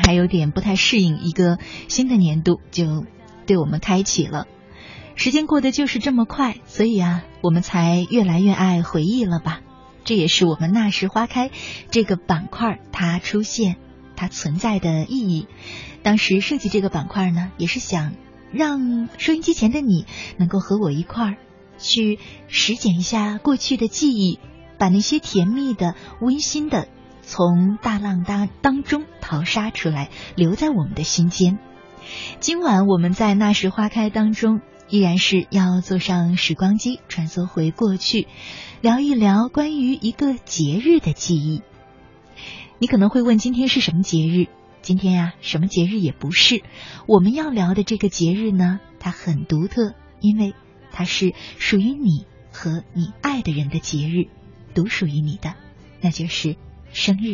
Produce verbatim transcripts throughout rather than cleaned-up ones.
还有点不太适应，一个新的年度就对我们开启了。时间过得就是这么快，所以啊，我们才越来越爱回忆了吧。这也是我们那时花开这个板块它出现它存在的意义。当时设计这个板块呢，也是想让收音机前的你能够和我一块儿去拾捡一下过去的记忆，把那些甜蜜的温馨的从大浪当当中淘沙出来，留在我们的心间。今晚我们在那时花开当中依然是要坐上时光机，穿梭回过去，聊一聊关于一个节日的记忆。你可能会问，今天是什么节日？今天呀、啊，什么节日也不是。我们要聊的这个节日呢，它很独特，因为它是属于你和你爱的人的节日，独属于你的，那就是生日。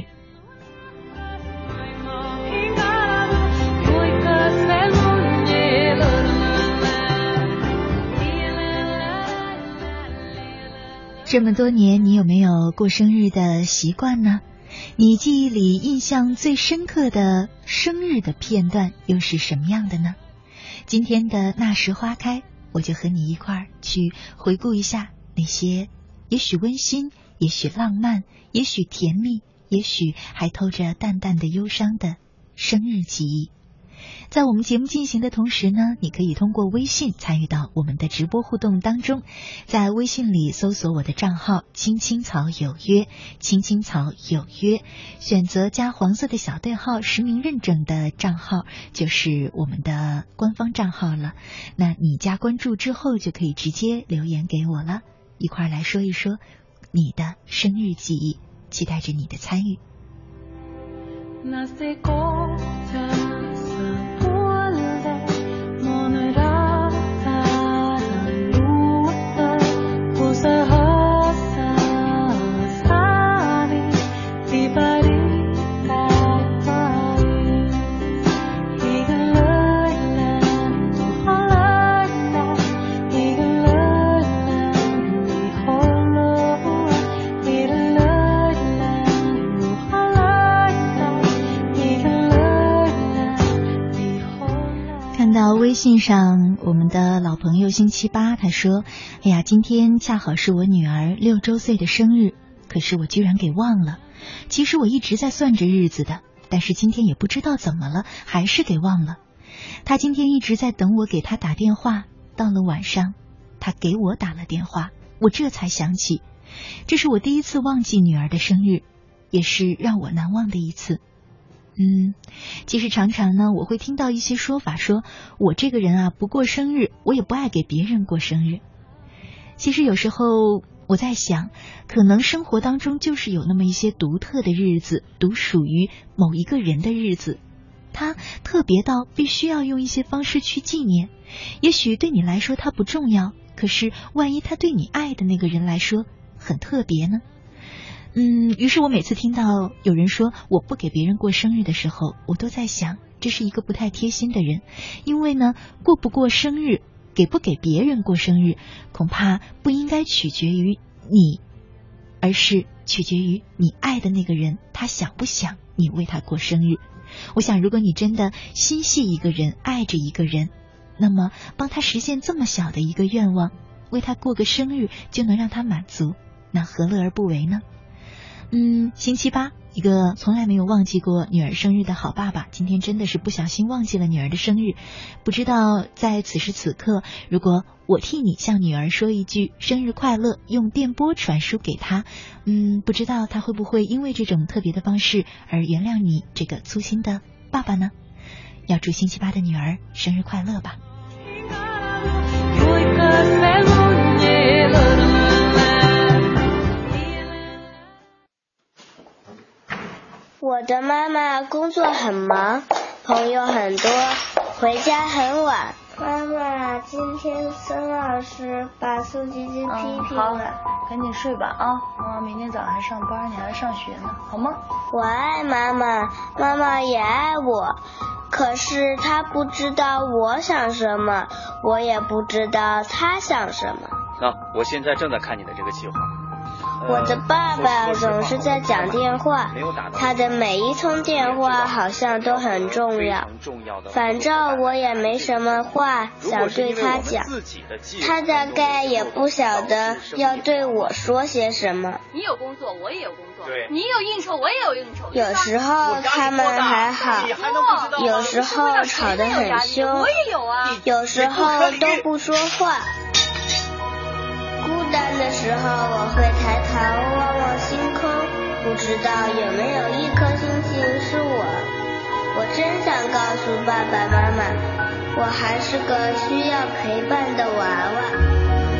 这么多年，你有没有过生日的习惯呢？你记忆里印象最深刻的生日的片段又是什么样的呢？今天的那时花开，我就和你一块儿去回顾一下那些也许温馨，也许浪漫，也许甜蜜，也许还透着淡淡的忧伤的生日记忆。在我们节目进行的同时呢，你可以通过微信参与到我们的直播互动当中，在微信里搜索我的账号青青草有约，青青草有约，选择加黄色的小对号实名认证的账号，就是我们的官方账号了。那你加关注之后就可以直接留言给我了，一块来说一说你的生日记忆，期待着你的参与。到微信上，我们的老朋友星期八他说，哎呀，今天恰好是我女儿六周岁的生日，可是我居然给忘了。其实我一直在算着日子的，但是今天也不知道怎么了，还是给忘了。他今天一直在等我给他打电话，到了晚上他给我打了电话，我这才想起，这是我第一次忘记女儿的生日，也是让我难忘的一次。嗯，其实常常呢，我会听到一些说法，说我这个人啊，不过生日，我也不爱给别人过生日。其实有时候我在想，可能生活当中就是有那么一些独特的日子，独属于某一个人的日子，它特别到必须要用一些方式去纪念。也许对你来说它不重要，可是万一他对你爱的那个人来说很特别呢？嗯，于是我每次听到有人说我不给别人过生日的时候，我都在想，这是一个不太贴心的人。因为呢，过不过生日，给不给别人过生日，恐怕不应该取决于你，而是取决于你爱的那个人，他想不想你为他过生日。我想，如果你真的心系一个人，爱着一个人，那么帮他实现这么小的一个愿望，为他过个生日就能让他满足，那何乐而不为呢？嗯，星期八，一个从来没有忘记过女儿生日的好爸爸，今天真的是不小心忘记了女儿的生日。不知道在此时此刻，如果我替你向女儿说一句生日快乐，用电波传输给她，嗯，不知道她会不会因为这种特别的方式而原谅你这个粗心的爸爸呢？要祝星期八的女儿生日快乐吧。 我的妈妈工作很忙，朋友很多，回家很晚。妈妈，今天孙老师把宋晶晶批评了。 嗯、好，赶紧睡吧啊！妈妈明天早上还上班，你还要上学呢，好吗？ 我爱妈妈，妈妈也爱我，可是她不知道我想什么，我也不知道她想什么。 那、啊、我现在正在看你的这个计划。 我的爸爸总是在讲电话，他的每一通电话好像都很重要。反正我也没什么话想对他讲，他大概也不晓得要对我说些什么。 你有工作，我也有工作，你有应酬，我也有应酬。 有时候他们还好，有时候吵得很凶， 我也有啊。 有时候都不说话。孤单的时候，我会抬头望望星空，不知道有没有一颗星星是我。我真想告诉爸爸妈妈，我还是个需要陪伴的娃娃。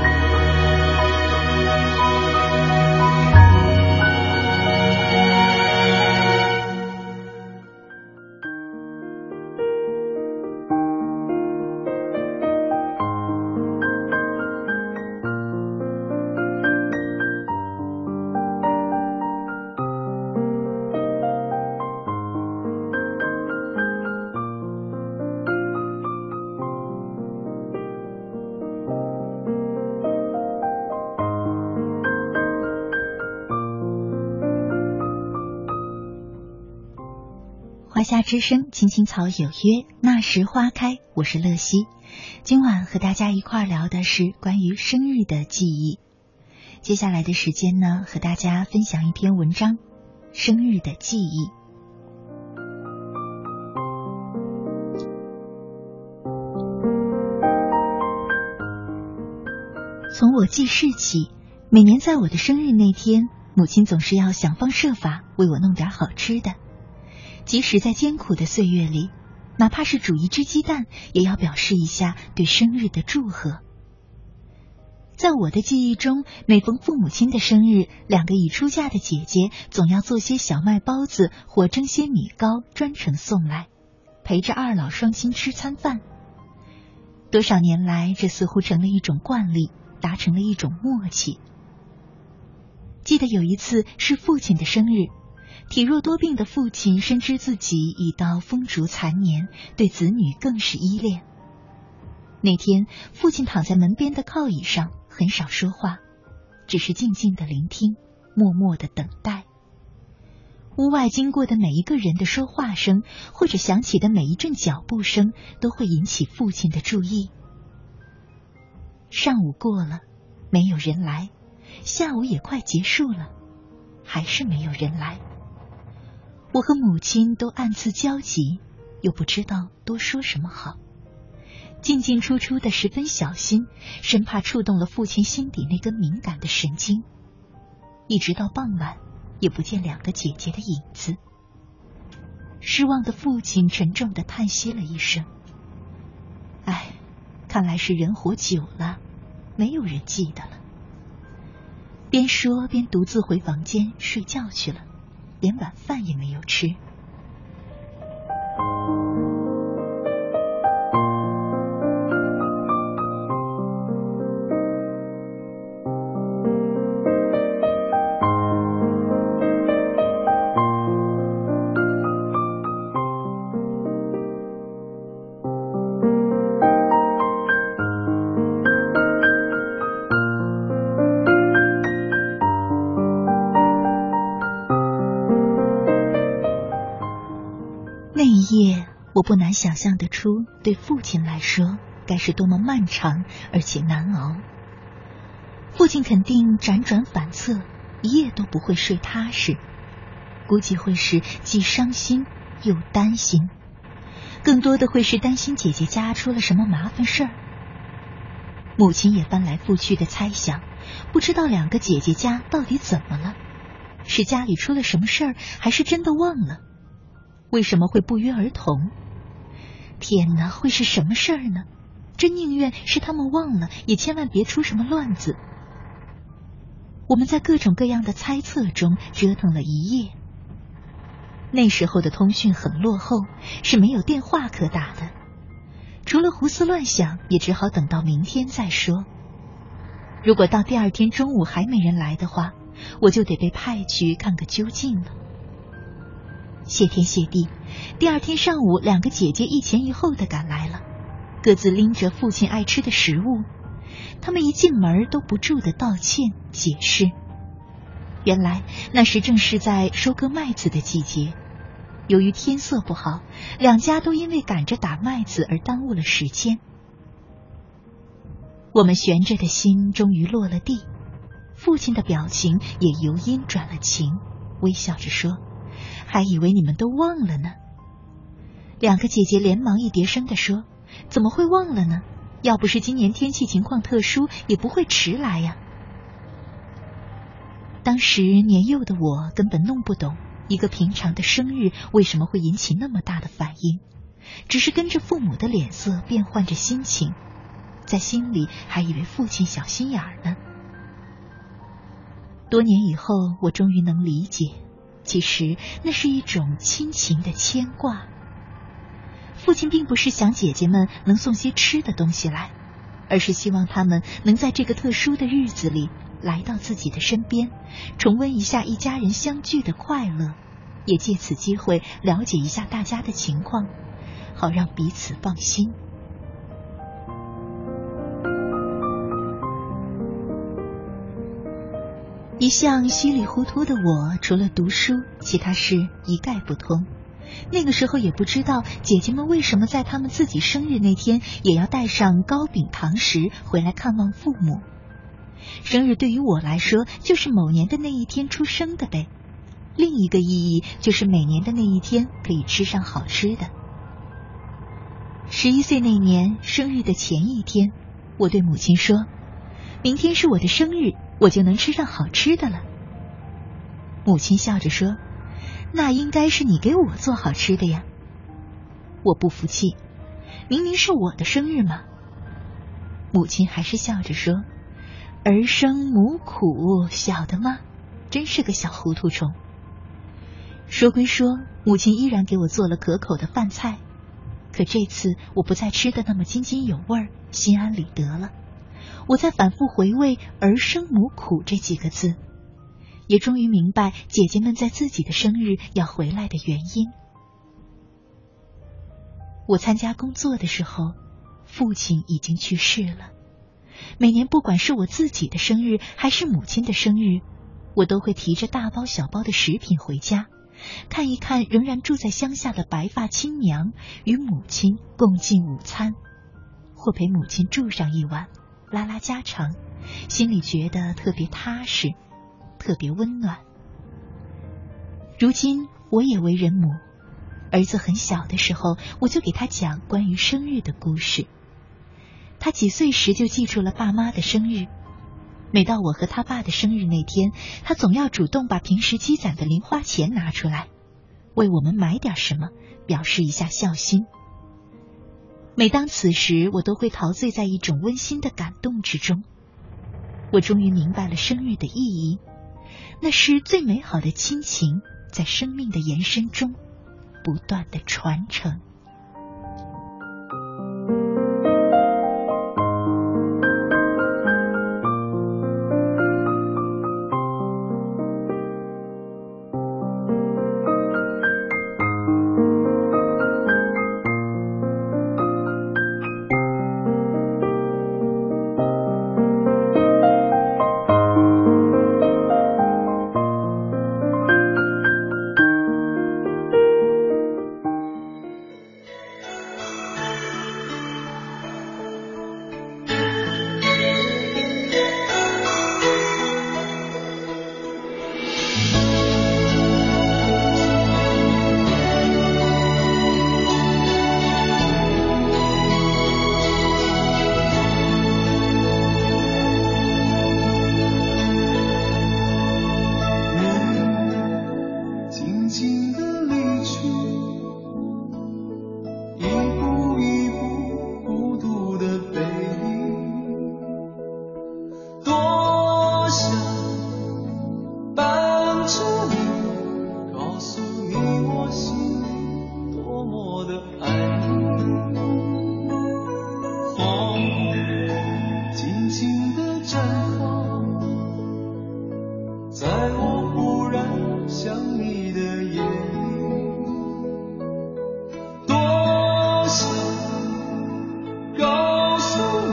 华夏之声，青青草有约，那时花开。我是乐西，今晚和大家一块聊的是关于生日的记忆。接下来的时间呢，和大家分享一篇文章，生日的记忆。从我记事起，每年在我的生日那天，母亲总是要想方设法为我弄点好吃的。即使在艰苦的岁月里，哪怕是煮一只鸡蛋，也要表示一下对生日的祝贺。在我的记忆中，每逢父母亲的生日，两个已出嫁的姐姐总要做些小麦包子或蒸些米糕，专程送来，陪着二老双亲吃餐饭。多少年来，这似乎成了一种惯例，达成了一种默契。记得有一次是父亲的生日，体弱多病的父亲深知自己已到风烛残年，对子女更是依恋。那天，父亲躺在门边的靠椅上，很少说话，只是静静的聆听，默默的等待。屋外经过的每一个人的说话声，或者响起的每一阵脚步声，都会引起父亲的注意。上午过了，没有人来，下午也快结束了，还是没有人来。我和母亲都暗自焦急，又不知道多说什么好，进进出出的十分小心，生怕触动了父亲心底那根敏感的神经。一直到傍晚，也不见两个姐姐的影子。失望的父亲沉重地叹息了一声，唉，看来是人活久了，没有人记得了。边说边独自回房间睡觉去了，连晚饭也没有吃。我不难想象得出，对父亲来说，该是多么漫长而且难熬。父亲肯定辗转反侧，一夜都不会睡踏实，估计会是既伤心又担心，更多的会是担心姐姐家出了什么麻烦事儿。母亲也翻来覆去的猜想，不知道两个姐姐家到底怎么了，是家里出了什么事儿，还是真的忘了？为什么会不约而同？天哪，会是什么事儿呢？真宁愿是他们忘了，也千万别出什么乱子。我们在各种各样的猜测中折腾了一夜。那时候的通讯很落后，是没有电话可打的，除了胡思乱想，也只好等到明天再说。如果到第二天中午还没人来的话，我就得被派去看个究竟了。谢天谢地，第二天上午，两个姐姐一前一后的赶来了，各自拎着父亲爱吃的食物。他们一进门都不住的道歉解释。 原来那时正是在收割麦子的季节，由于天色不好，两家都因为赶着打麦子而耽误了时间。我们悬着的心终于落了地，父亲的表情也由阴转了晴，微笑着说：“还以为你们都忘了呢。”两个姐姐连忙一叠声地说：“怎么会忘了呢？要不是今年天气情况特殊，也不会迟来呀。”当时年幼的我根本弄不懂一个平常的生日为什么会引起那么大的反应，只是跟着父母的脸色变换着心情，在心里还以为父亲小心眼儿呢。多年以后，我终于能理解，其实那是一种亲情的牵挂。父亲并不是想姐姐们能送些吃的东西来，而是希望他们能在这个特殊的日子里来到自己的身边，重温一下一家人相聚的快乐，也借此机会了解一下大家的情况，好让彼此放心。一向稀里糊涂的我，除了读书，其他事一概不通。那个时候也不知道姐姐们为什么在他们自己生日那天也要带上糕饼糖食回来看望父母。生日对于我来说就是某年的那一天出生的呗，另一个意义就是每年的那一天可以吃上好吃的。十一岁那年生日的前一天，我对母亲说：“明天是我的生日，我就能吃上好吃的了。”母亲笑着说：“那应该是你给我做好吃的呀。”我不服气，明明是我的生日嘛。母亲还是笑着说：“儿生母苦，晓得吗？真是个小糊涂虫。”说归说，母亲依然给我做了可口的饭菜，可这次我不再吃得那么津津有味，心安理得了。我在反复回味儿生母苦这几个字，也终于明白姐姐们在自己的生日要回来的原因。我参加工作的时候，父亲已经去世了。每年不管是我自己的生日还是母亲的生日，我都会提着大包小包的食品回家，看一看仍然住在乡下的白发亲娘，与母亲共进午餐，或陪母亲住上一晚，拉拉家常，心里觉得特别踏实，特别温暖。如今我也为人母，儿子很小的时候，我就给他讲关于生日的故事。他几岁时就记住了爸妈的生日，每到我和他爸的生日那天，他总要主动把平时积攒的零花钱拿出来，为我们买点什么，表示一下孝心。每当此时，我都会陶醉在一种温馨的感动之中。我终于明白了生日的意义，那是最美好的亲情在生命的延伸中不断的传承。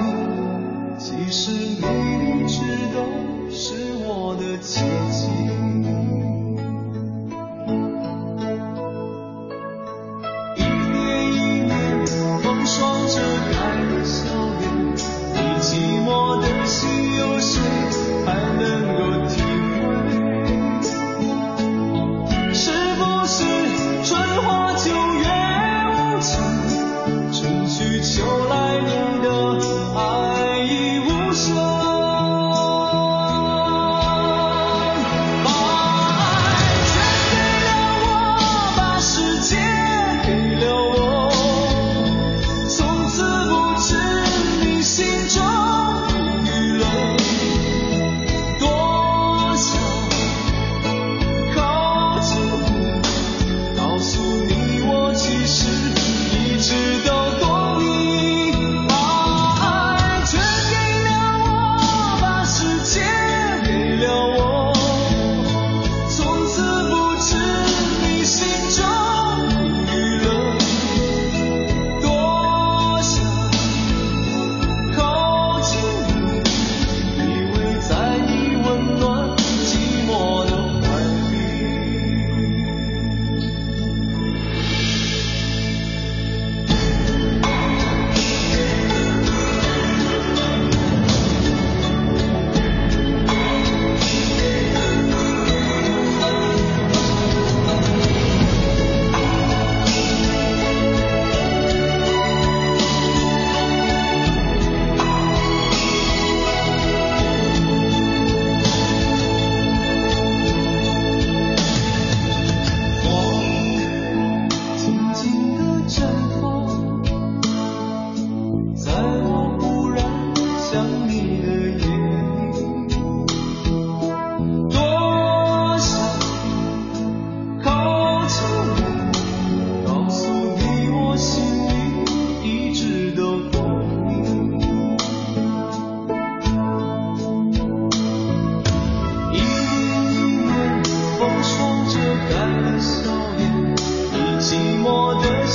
其实你一直都是我的奇迹。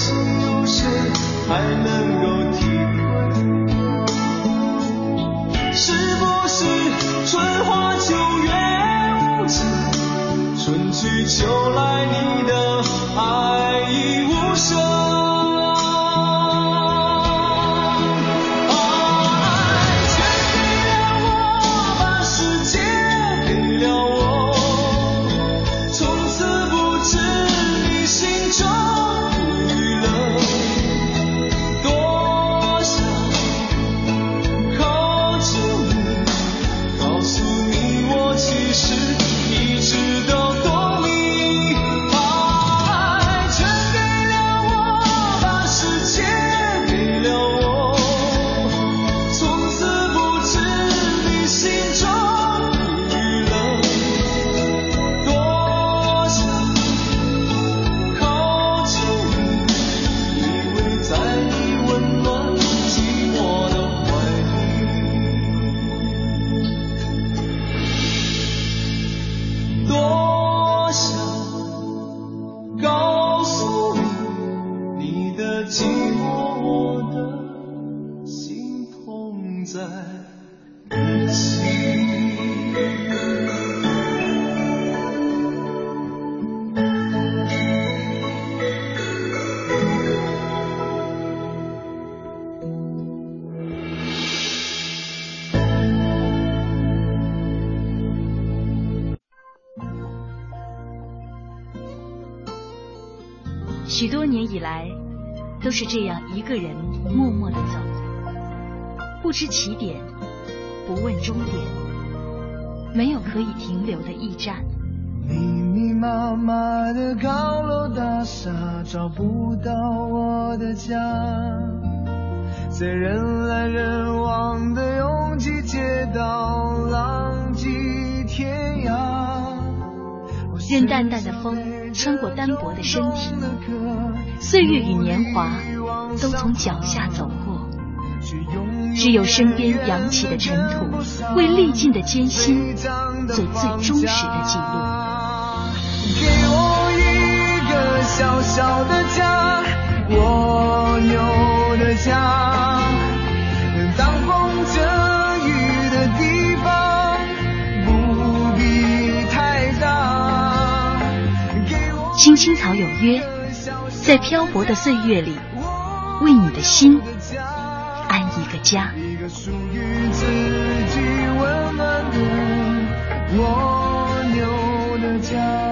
心有谁还能够体会？是不是春花秋月无情，春去秋来你的爱已无声？ 许多年以来，都是这样一个人默默地走，不知起点，不问终点，没有可以停留的驿站。 密密麻麻的高楼大厦，找不到我的家，在人来人往的拥挤街道，浪迹天涯。 任淡淡的风穿过单薄的身体，岁月与年华都从脚下走过，只有身边扬起的尘土，为历尽的艰辛做最忠实的记录。 给我一个小小的家，我有的家，当风遮雨的地方不必太大。 青青草有约，在漂泊的岁月里，为你的心安一个家。 一个属于自己温暖的我有的家。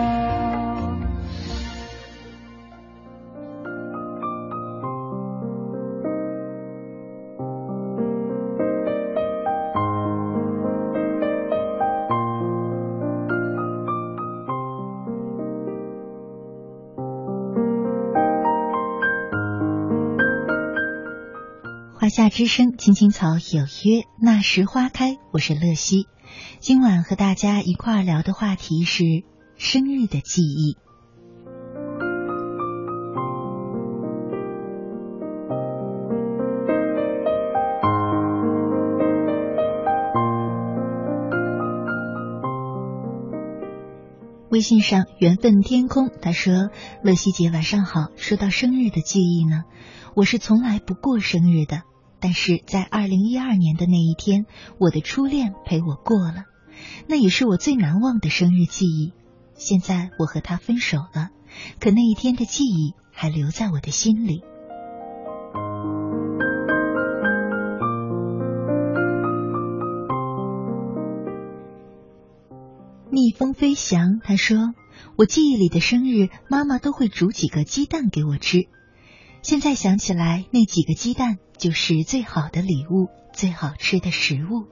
华夏之声，青青草有约，那时花开。我是乐西，今晚和大家一块儿聊的话题是生日的记忆。微信上缘分天空他说，乐西姐晚上好，说到生日的记忆呢，我是从来不过生日的，但是在二零一二年的那一天，我的初恋陪我过了，那也是我最难忘的生日记忆。现在我和他分手了，可那一天的记忆还留在我的心里。蜜蜂飞翔他说，我记忆里的生日，妈妈都会煮几个鸡蛋给我吃，现在想起来，那几个鸡蛋就是最好的礼物，最好吃的食物。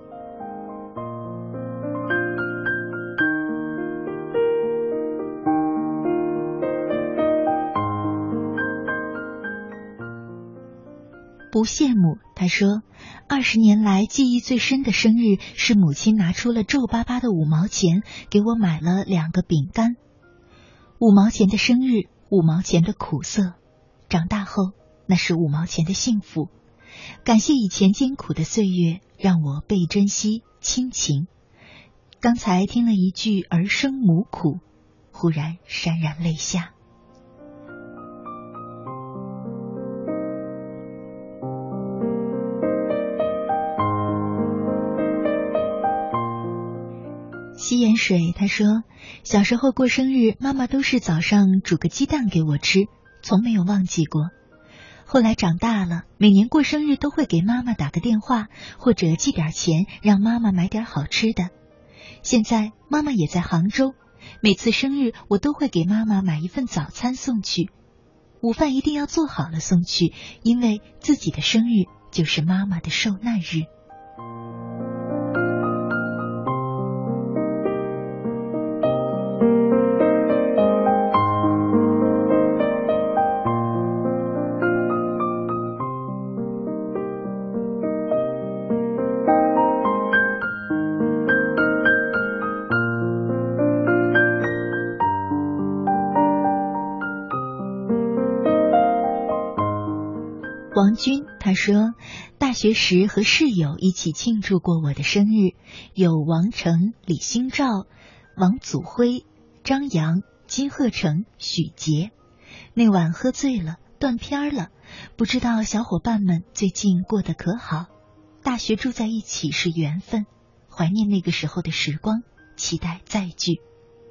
不羡慕他说，二十年来记忆最深的生日是母亲拿出了皱巴巴的五毛钱给我买了两个饼干。五毛钱的生日，五毛钱的苦涩，长大后那是五毛钱的幸福。感谢以前艰苦的岁月，让我倍珍惜亲情。刚才听了一句儿生母苦，忽然潸然泪下。 西盐水他说，小时候过生日，妈妈都是早上煮个鸡蛋给我吃，从没有忘记过。后来长大了，每年过生日都会给妈妈打个电话，或者寄点钱让妈妈买点好吃的。现在妈妈也在杭州，每次生日我都会给妈妈买一份早餐送去，午饭一定要做好了送去，因为自己的生日就是妈妈的受难日。王军他说，大学时和室友一起庆祝过我的生日，有王成、李星照、王祖辉、张扬、金鹤成、许杰。那晚喝醉了，断片了，不知道小伙伴们最近过得可好。大学住在一起是缘分，怀念那个时候的时光，期待再聚。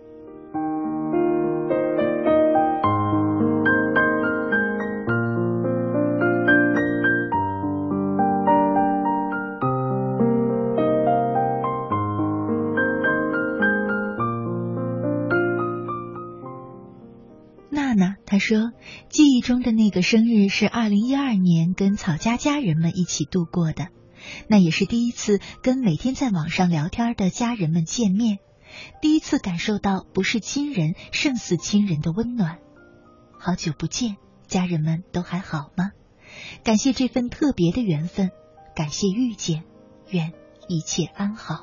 他说，记忆中的那个生日是二零一二年跟草家家人们一起度过的，那也是第一次跟每天在网上聊天的家人们见面，第一次感受到不是亲人胜似亲人的温暖。好久不见，家人们都还好吗？感谢这份特别的缘分，感谢遇见，愿一切安好。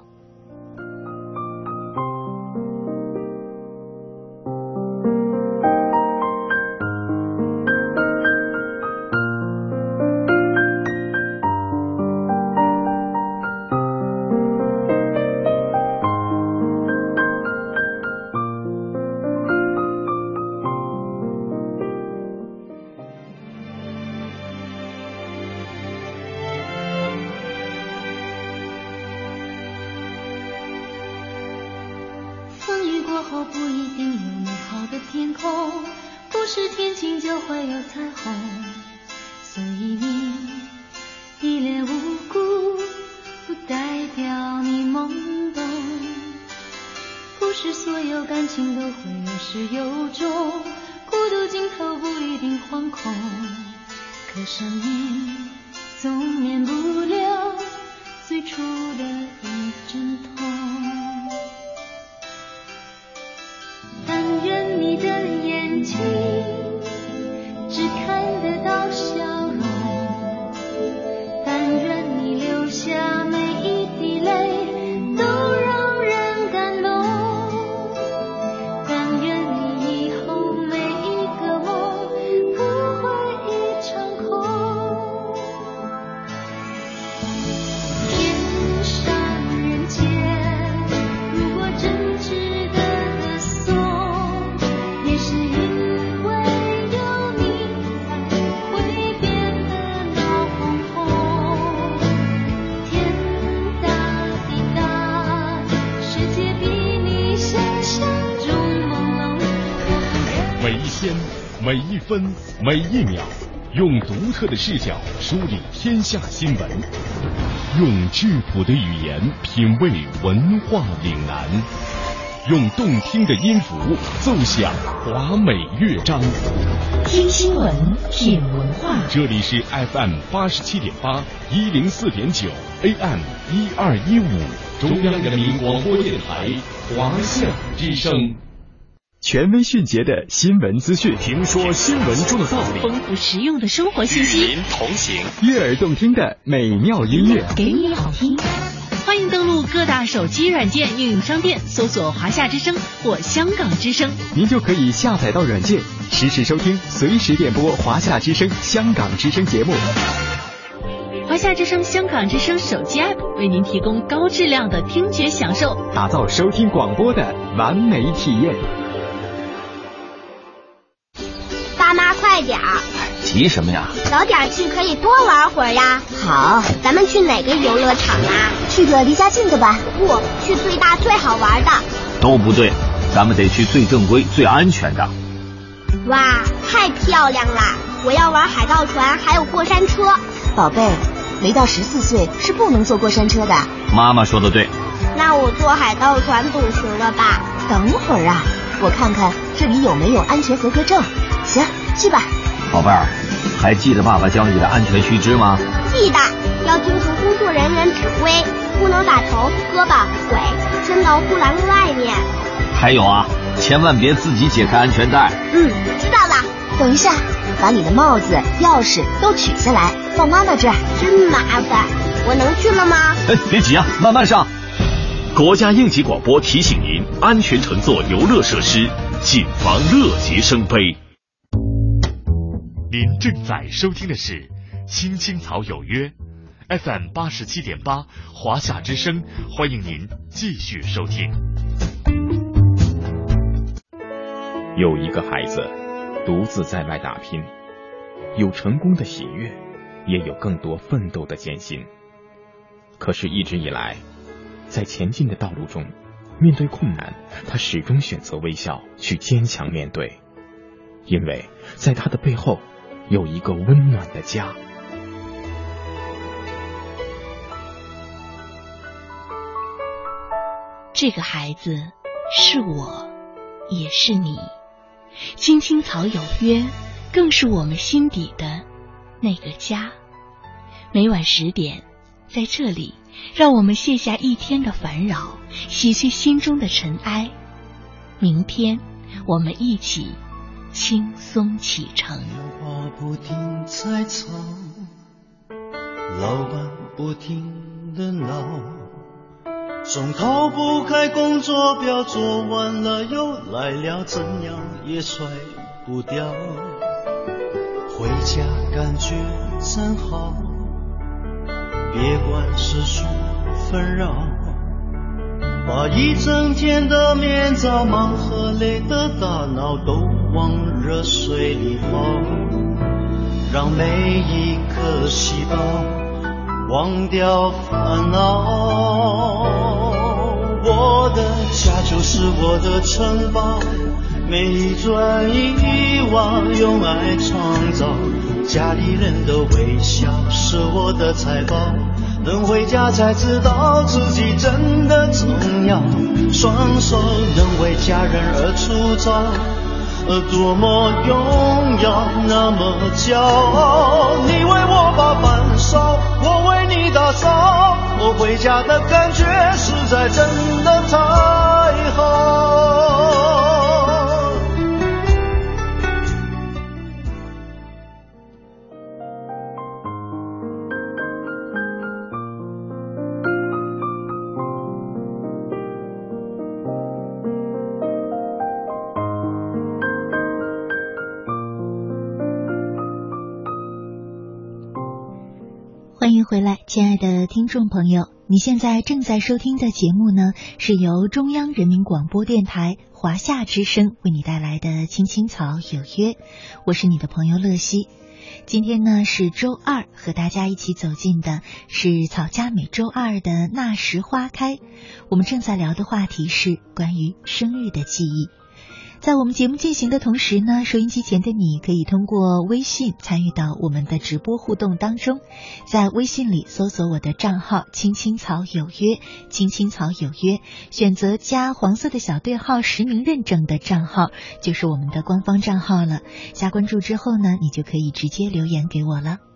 每一分每一秒，用独特的视角梳理天下新闻，用质朴的语言品味文化岭南，用动听的音符奏响华美乐章。 听新闻，品文化。 这里是 F M 八十七点八，一零四点九 A M 一二一五，中央人民广播电台华夏之声。 权威迅捷的新闻资讯， 评说新闻中的道理， 丰富实用的生活信息， 与您同行， 悦耳动听的美妙音乐， 给你好听。欢迎登录各大手机软件应用商店，搜索华夏之声或香港之声， 您就可以下载到软件，实时收听，随时点播华夏之声、香港之声节目。 华夏之声、香港之声手机 App 为您提供高质量的听觉享受， 打造收听广播的完美体验。 爸妈快点儿！ 今急什么呀？ 早点去可以多玩会儿呀。 好， 咱们去哪个游乐场啊？ 去个离家近的吧。 不，去最大最好玩的。 都不对，咱们得去最正规最安全的。 哇，太漂亮了！我要玩海盗船，还有过山车。 宝贝，没到十四岁是不能坐过山车的。 妈妈说的对。 那我坐海盗船总行了吧？ 等会儿啊，我看看这里有没有安全合格证。行，去吧。 宝贝儿，还记得爸爸教你的安全须知吗？ 记得，要听从工作人员指挥，不能把头、胳膊、腿伸到护栏外面。 还有啊，千万别自己解开安全带。 嗯，知道了。 等一下，把你的帽子、钥匙都取下来，放妈妈这儿。 真麻烦，我能去了吗？ 哎，别急啊，慢慢上。 国家应急广播提醒您：安全乘坐游乐设施，谨防乐极生悲。您正在收听的是青青草有约 F M 八十七点八华夏之声，欢迎您继续收听。 有一个孩子独自在外打拼，有成功的喜悦，也有更多奋斗的艰辛。可是一直以来，在前进的道路中，面对困难，他始终选择微笑，去坚强面对，因为在他的背后有一个温暖的家。 这个孩子是我，也是你。青青草有约，更是我们心底的那个家。每晚十点，在这里，让我们卸下一天的烦扰，洗去心中的尘埃。明天，我们一起轻松启程。 话不停在吵，老板不停的闹，总逃不开工作表，做完了又来了，怎样也甩不掉。回家感觉真好，别管世俗纷扰，把一整天的面罩、忙和累的大脑都往热水里泡，让每一颗细胞忘掉烦恼。我的家就是我的城堡，每一砖一瓦用爱创造，家里人的微笑是我的财宝，能回家才知道自己真的重要，双手能为家人而出招，多么荣耀，那么骄傲。你为我把饭烧，我为你打扫，我回家的感觉实在真的太好。 欢迎回来，亲爱的听众朋友，你现在正在收听的节目呢，是由中央人民广播电台华夏之声为你带来的青青草有约，我是你的朋友乐西。今天呢是周二，和大家一起走进的是草家每周二的那时花开。我们正在聊的话题是关于生日的记忆。在我们节目进行的同时呢，收音机前的你可以通过微信参与到我们的直播互动当中，在微信里搜索我的账号青青草有约，青青草有约，选择加黄色的小对号实名认证的账号，就是我们的官方账号了。加关注之后呢，你就可以直接留言给我了。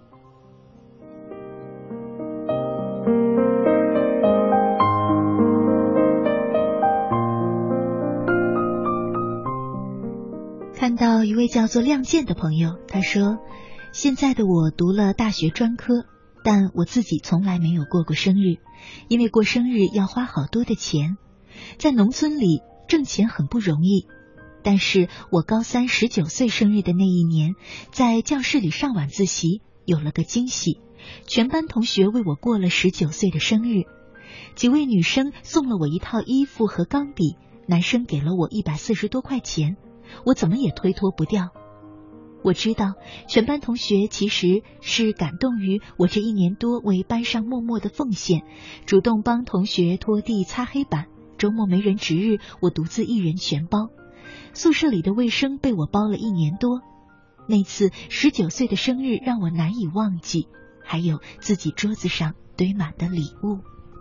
看到一位叫做亮剑的朋友，他说，现在的我读了大学专科，但我自己从来没有过过生日，因为过生日要花好多的钱，在农村里挣钱很不容易。但是我高三十九岁生日的那一年，在教室里上晚自习，有了个惊喜，全班同学为我过了十九岁的生日，几位女生送了我一套衣服和钢笔，男生给了我一百四十多块钱，我怎么也推脱不掉。 我知道全班同学其实是感动于我这一年多为班上默默的奉献，主动帮同学拖地擦黑板，周末没人值日我独自一人全包，宿舍里的卫生被我包了一年多。那次十九岁的生日让我难以忘记，还有自己桌子上堆满的礼物。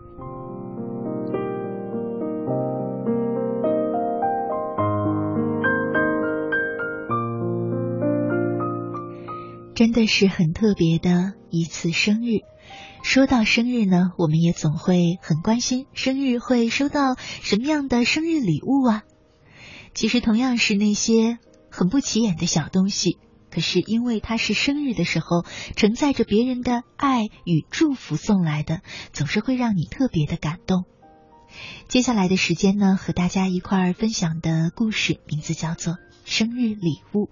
真的是很特别的一次生日。说到生日呢，我们也总会很关心生日会收到什么样的生日礼物啊。其实同样是那些很不起眼的小东西，可是因为它是生日的时候承载着别人的爱与祝福送来的，总是会让你特别的感动。接下来的时间呢，和大家一块儿分享的故事名字叫做生日礼物。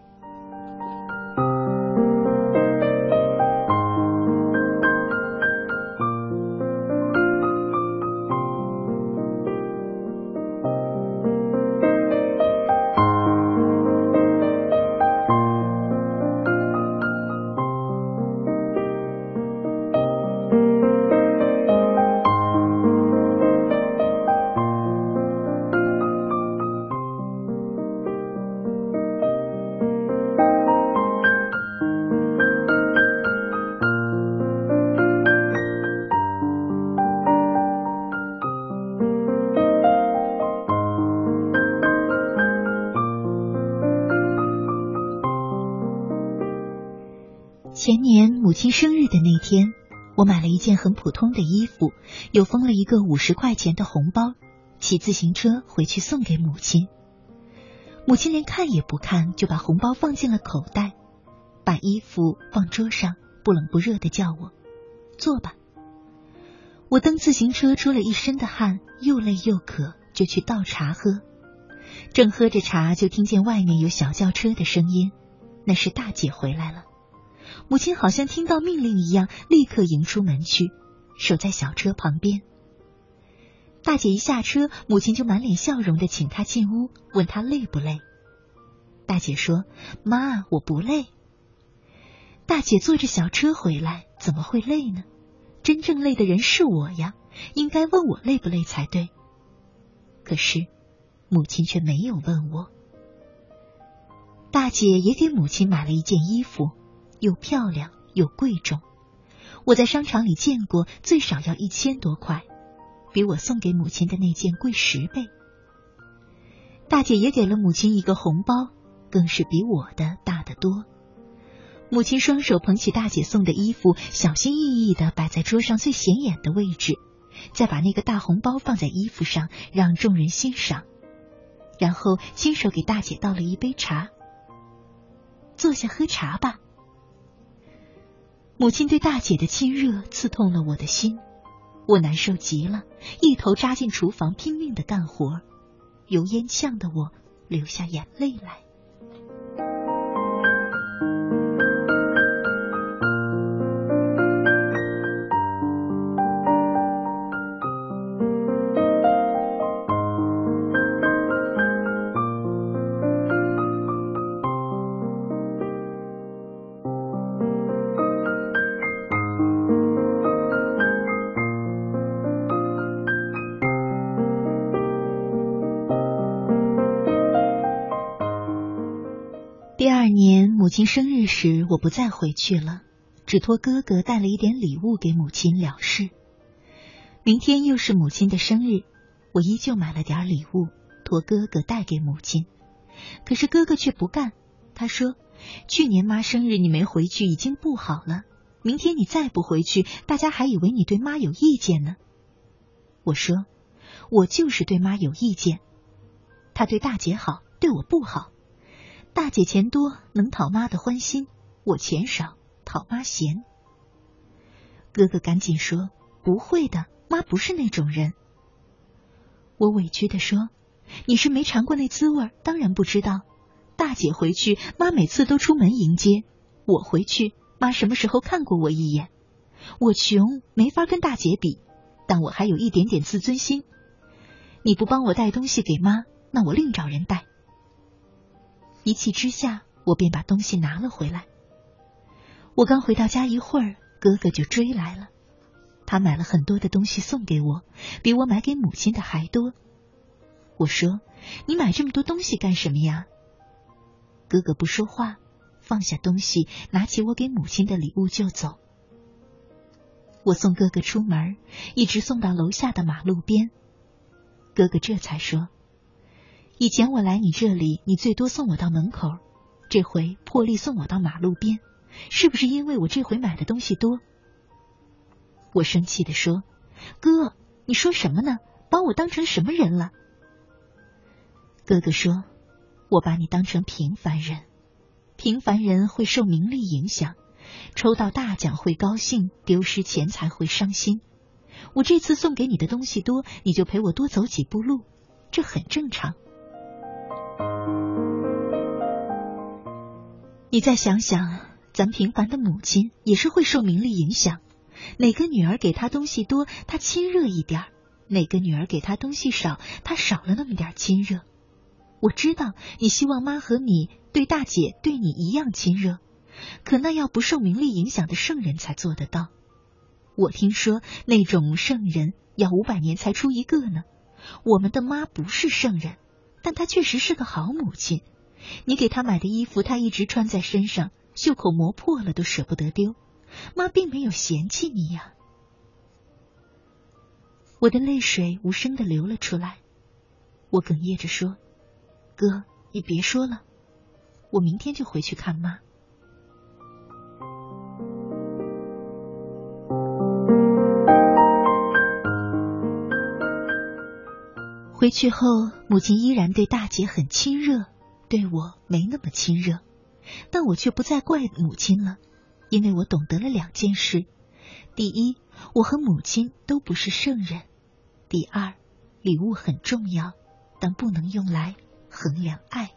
前年母亲生日的那天，我买了一件很普通的衣服，又封了一个五十块钱的红包，骑自行车回去送给母亲。母亲连看也不看，就把红包放进了口袋，把衣服放桌上，不冷不热地叫我坐吧。我蹬自行车出了一身的汗，又累又渴，就去倒茶喝。正喝着茶，就听见外面有小轿车的声音，那是大姐回来了。母亲好像听到命令一样，立刻迎出门去，守在小车旁边。大姐一下车，母亲就满脸笑容地请她进屋，问她累不累。大姐说：妈，我不累。大姐坐着小车回来，怎么会累呢？真正累的人是我呀，应该问我累不累才对。可是母亲却没有问我。大姐也给母亲买了一件衣服，又漂亮又贵重，我在商场里见过，最少要一千多块，比我送给母亲的那件贵十倍。大姐也给了母亲一个红包，更是比我的大得多。母亲双手捧起大姐送的衣服，小心翼翼地摆在桌上最显眼的位置，再把那个大红包放在衣服上，让众人欣赏，然后亲手给大姐倒了一杯茶。坐下喝茶吧。母亲对大姐的亲热刺痛了我的心，我难受极了，一头扎进厨房拼命地干活，油烟呛得我流下眼泪来。第二年母亲生日时，我不再回去了，只托哥哥带了一点礼物给母亲了事。明天又是母亲的生日，我依旧买了点礼物，托哥哥带给母亲。可是哥哥却不干，他说：去年妈生日你没回去已经不好了，明天你再不回去，大家还以为你对妈有意见呢。我说：我就是对妈有意见，她对大姐好，对我不好。大姐钱多，能讨妈的欢心，我钱少，讨妈嫌。哥哥赶紧说：不会的，妈不是那种人。我委屈地说：你是没尝过那滋味，当然不知道。大姐回去，妈每次都出门迎接，我回去，妈什么时候看过我一眼？我穷，没法跟大姐比，但我还有一点点自尊心。你不帮我带东西给妈，那我另找人带。一气之下， 我便把东西拿了回来。我刚回到家一会儿，哥哥就追来了。他买了很多的东西送给我，比我买给母亲的还多。我说，你买这么多东西干什么呀？哥哥不说话，放下东西，拿起我给母亲的礼物就走。我送哥哥出门，一直送到楼下的马路边。哥哥这才说，以前我来你这里，你最多送我到门口，这回破例送我到马路边，是不是因为我这回买的东西多？我生气地说，哥，你说什么呢？把我当成什么人了？哥哥说，我把你当成平凡人，平凡人会受名利影响，抽到大奖会高兴，丢失钱财会伤心。我这次送给你的东西多，你就陪我多走几步路，这很正常。你再想想，咱平凡的母亲也是会受名利影响，哪个女儿给她东西多，她亲热一点，哪个女儿给她东西少，她少了那么点亲热。我知道你希望妈和你对大姐对你一样亲热，可那要不受名利影响的圣人才做得到。我听说那种圣人要五百年才出一个呢。我们的妈不是圣人，但她确实是个好母亲。你给她买的衣服，她一直穿在身上，袖口磨破了都舍不得丢，妈并没有嫌弃你呀。我的泪水无声地流了出来，我哽咽着说，哥，你别说了，我明天就回去看妈。回去后，母亲依然对大姐很亲热，对我没那么亲热，但我却不再怪母亲了，因为我懂得了两件事。第一，我和母亲都不是圣人；第二，礼物很重要，但不能用来衡量爱。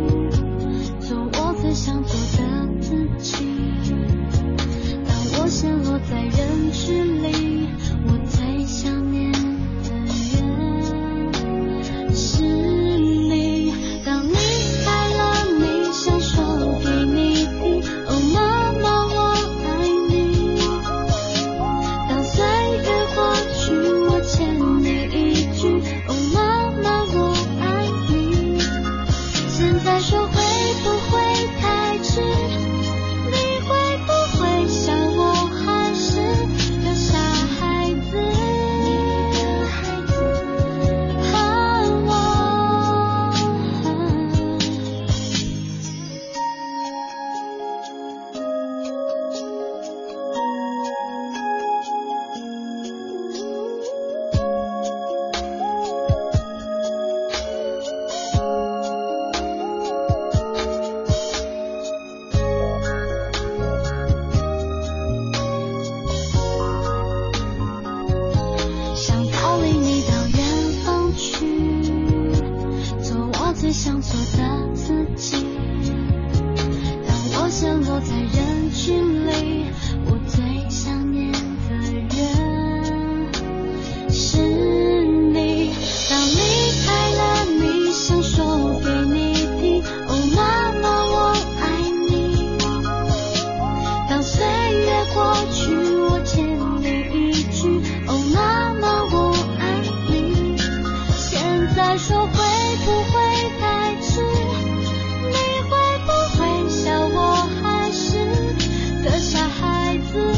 想做的自己，当我想说会不会太迟？你会不会笑我还是个傻孩子？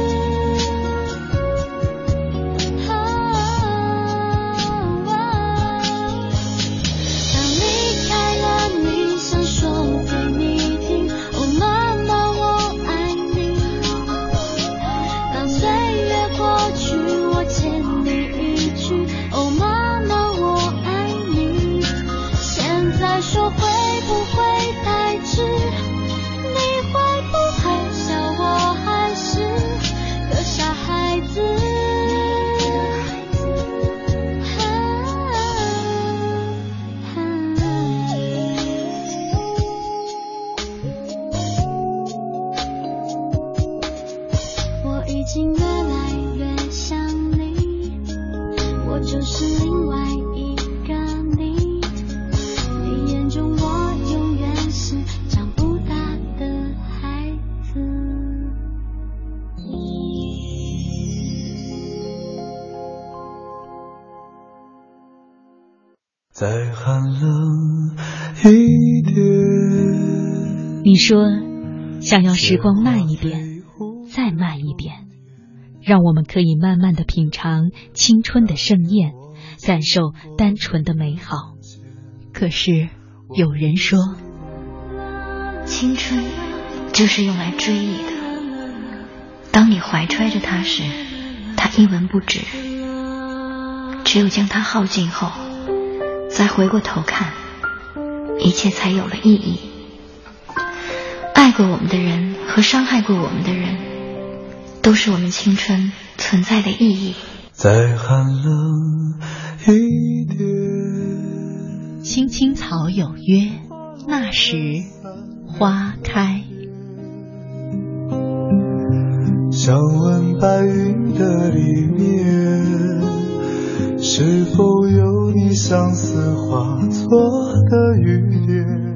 再寒冷一点。 你说想要时光慢一点，再慢一点，让我们可以慢慢地品尝青春的盛宴，感受单纯的美好。 可是有人说， 青春就是用来追忆的，当你怀揣着它时，它一文不值，只有将它耗尽后，再回过头看，一切才有了意义。爱过我们的人和伤害过我们的人，都是我们青春存在的意义。 再寒冷一点。 青青草有约，那时花开。 想问白云的里面，是否有你相思化作的雨点？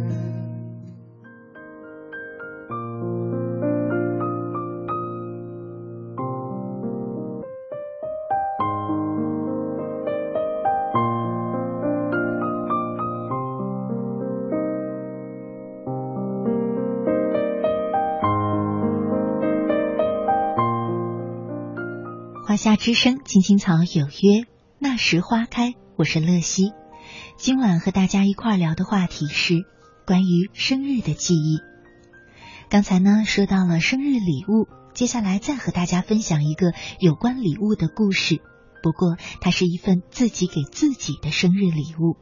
华夏之声，青青草有约，那时花开。我是乐西，今晚和大家一块聊的话题是关于生日的记忆。刚才呢说到了生日礼物，接下来再和大家分享一个有关礼物的故事，不过它是一份自己给自己的生日礼物。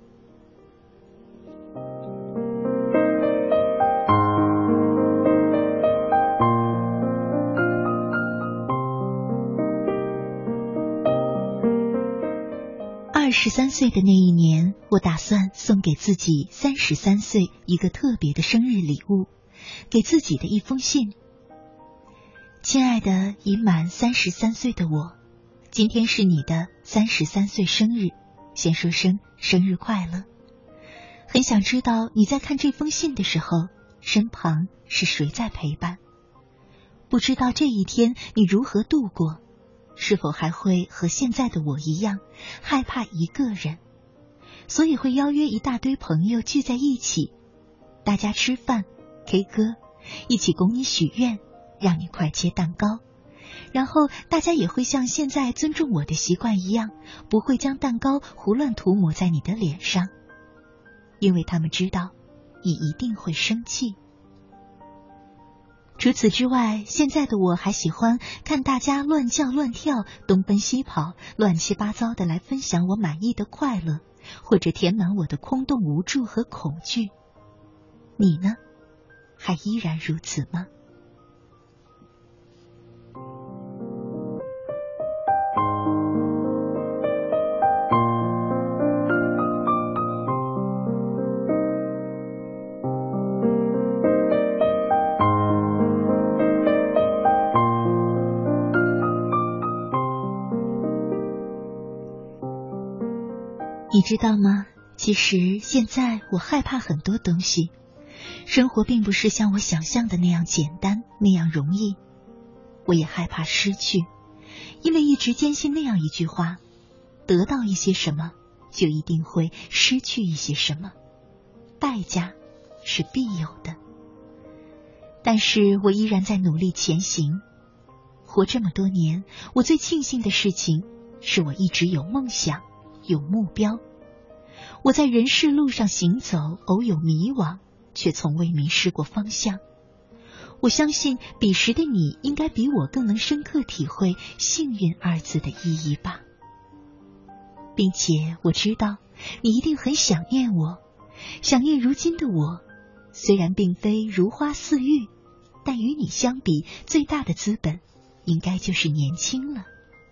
二十三岁的那一年，我打算送给自己三十三岁一个特别的生日礼物，给自己的一封信。亲爱的已满三十三岁的我，今天是你的三十三岁生日，先说声生日快乐。很想知道你在看这封信的时候，身旁是谁在陪伴？不知道这一天你如何度过？是否还会和现在的我一样害怕一个人，所以会邀约一大堆朋友聚在一起，大家吃饭 K 歌，一起供你许愿，让你快切蛋糕，然后大家也会像现在尊重我的习惯一样，不会将蛋糕胡乱涂抹在你的脸上，因为他们知道你一定会生气。除此之外，现在的我还喜欢看大家乱叫乱跳，东奔西跑，乱七八糟的来分享我满意的快乐，或者填满我的空洞无助和恐惧。你呢？还依然如此吗？你知道吗？其实现在我害怕很多东西，生活并不是像我想象的那样简单，那样容易。我也害怕失去，因为一直坚信那样一句话：得到一些什么， 就一定会失去一些什么，代价是必有的。但是我依然在努力前行。活这么多年，我最庆幸的事情是我一直有梦想，有目标。我在人世路上行走，偶有迷惘，却从未迷失过方向。我相信彼时的你应该比我更能深刻体会幸运二字的意义吧。并且我知道你一定很想念我，想念如今的我，虽然并非如花似玉，但与你相比，最大的资本应该就是年轻了。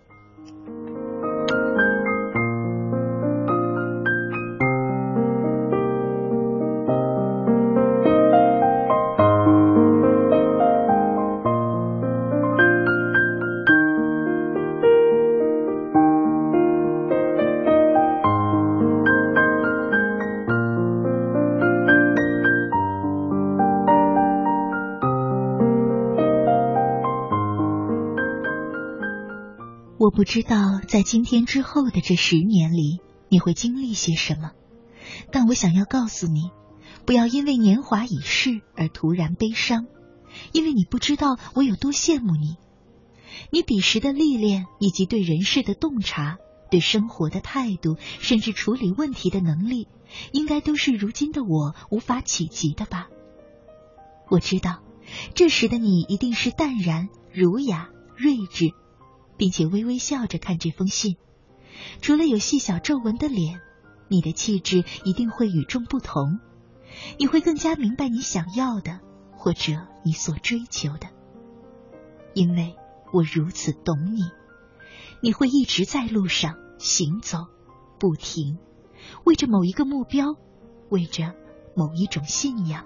我不知道在今天之后的这十年里你会经历些什么，但我想要告诉你，不要因为年华已逝而突然悲伤，因为你不知道我有多羡慕你。你彼时的历练以及对人世的洞察，对生活的态度，甚至处理问题的能力，应该都是如今的我无法企及的吧。我知道这时的你一定是淡然、儒雅、睿智，并且微微笑着看这封信。除了有细小皱纹的脸，你的气质一定会与众不同，你会更加明白你想要的，或者你所追求的。因为我如此懂你，你会一直在路上行走，不停，为着某一个目标，为着某一种信仰。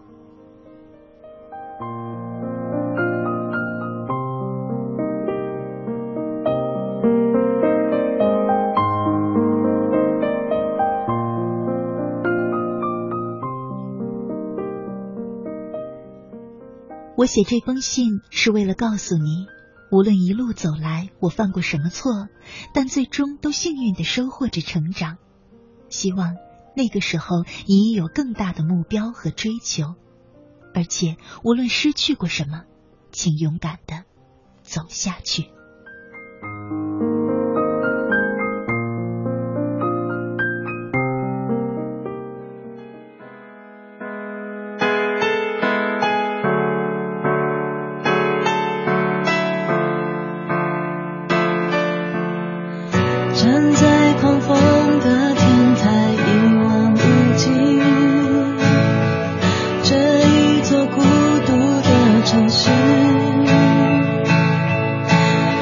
我写这封信是为了告诉你，无论一路走来我犯过什么错，但最终都幸运地收获着成长。希望那个时候你也有更大的目标和追求，而且无论失去过什么，请勇敢地走下去。 站在狂风的天台一望无际，这一座孤独的城市，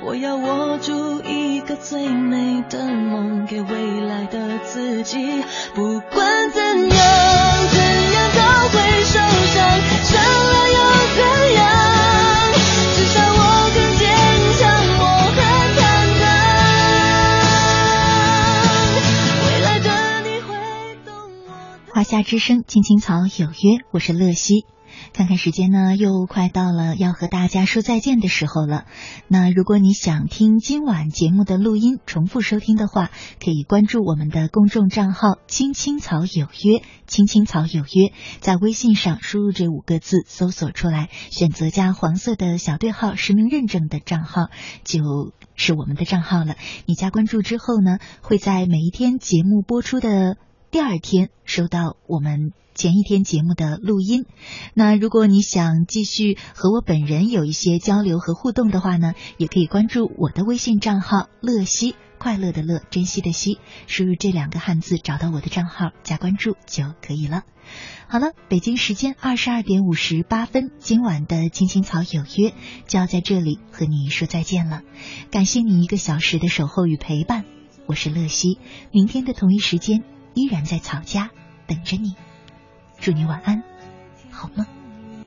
我要握住一个最美的梦，给未来的自己。不管怎样，怎样都会受伤，伤了又怎样？至少我更坚强，我很坦荡。未来的你会懂我。 华夏之声，青青草有约，我是乐西。看看时间呢，又快到了要和大家说再见的时候了。那如果你想听今晚节目的录音重复收听的话，可以关注我们的公众账号青青草有约，青青草有约，在微信上输入这五个字搜索出来，选择加黄色的小对号实名认证的账号，就是我们的账号了。你加关注之后呢，会在每一天节目播出的第二天收到我们前一天节目的录音。那如果你想继续和我本人有一些交流和互动的话呢，也可以关注我的微信账号乐西，快乐的乐，珍惜的惜，输入这两个汉字找到我的账号加关注就可以了。好了，北京时间二十二点五十八分，今晚的青青草有约就要在这里和你说再见了。感谢你一个小时的守候与陪伴，我是乐西，明天的同一时间依然在草家等着你。祝你晚安，好梦。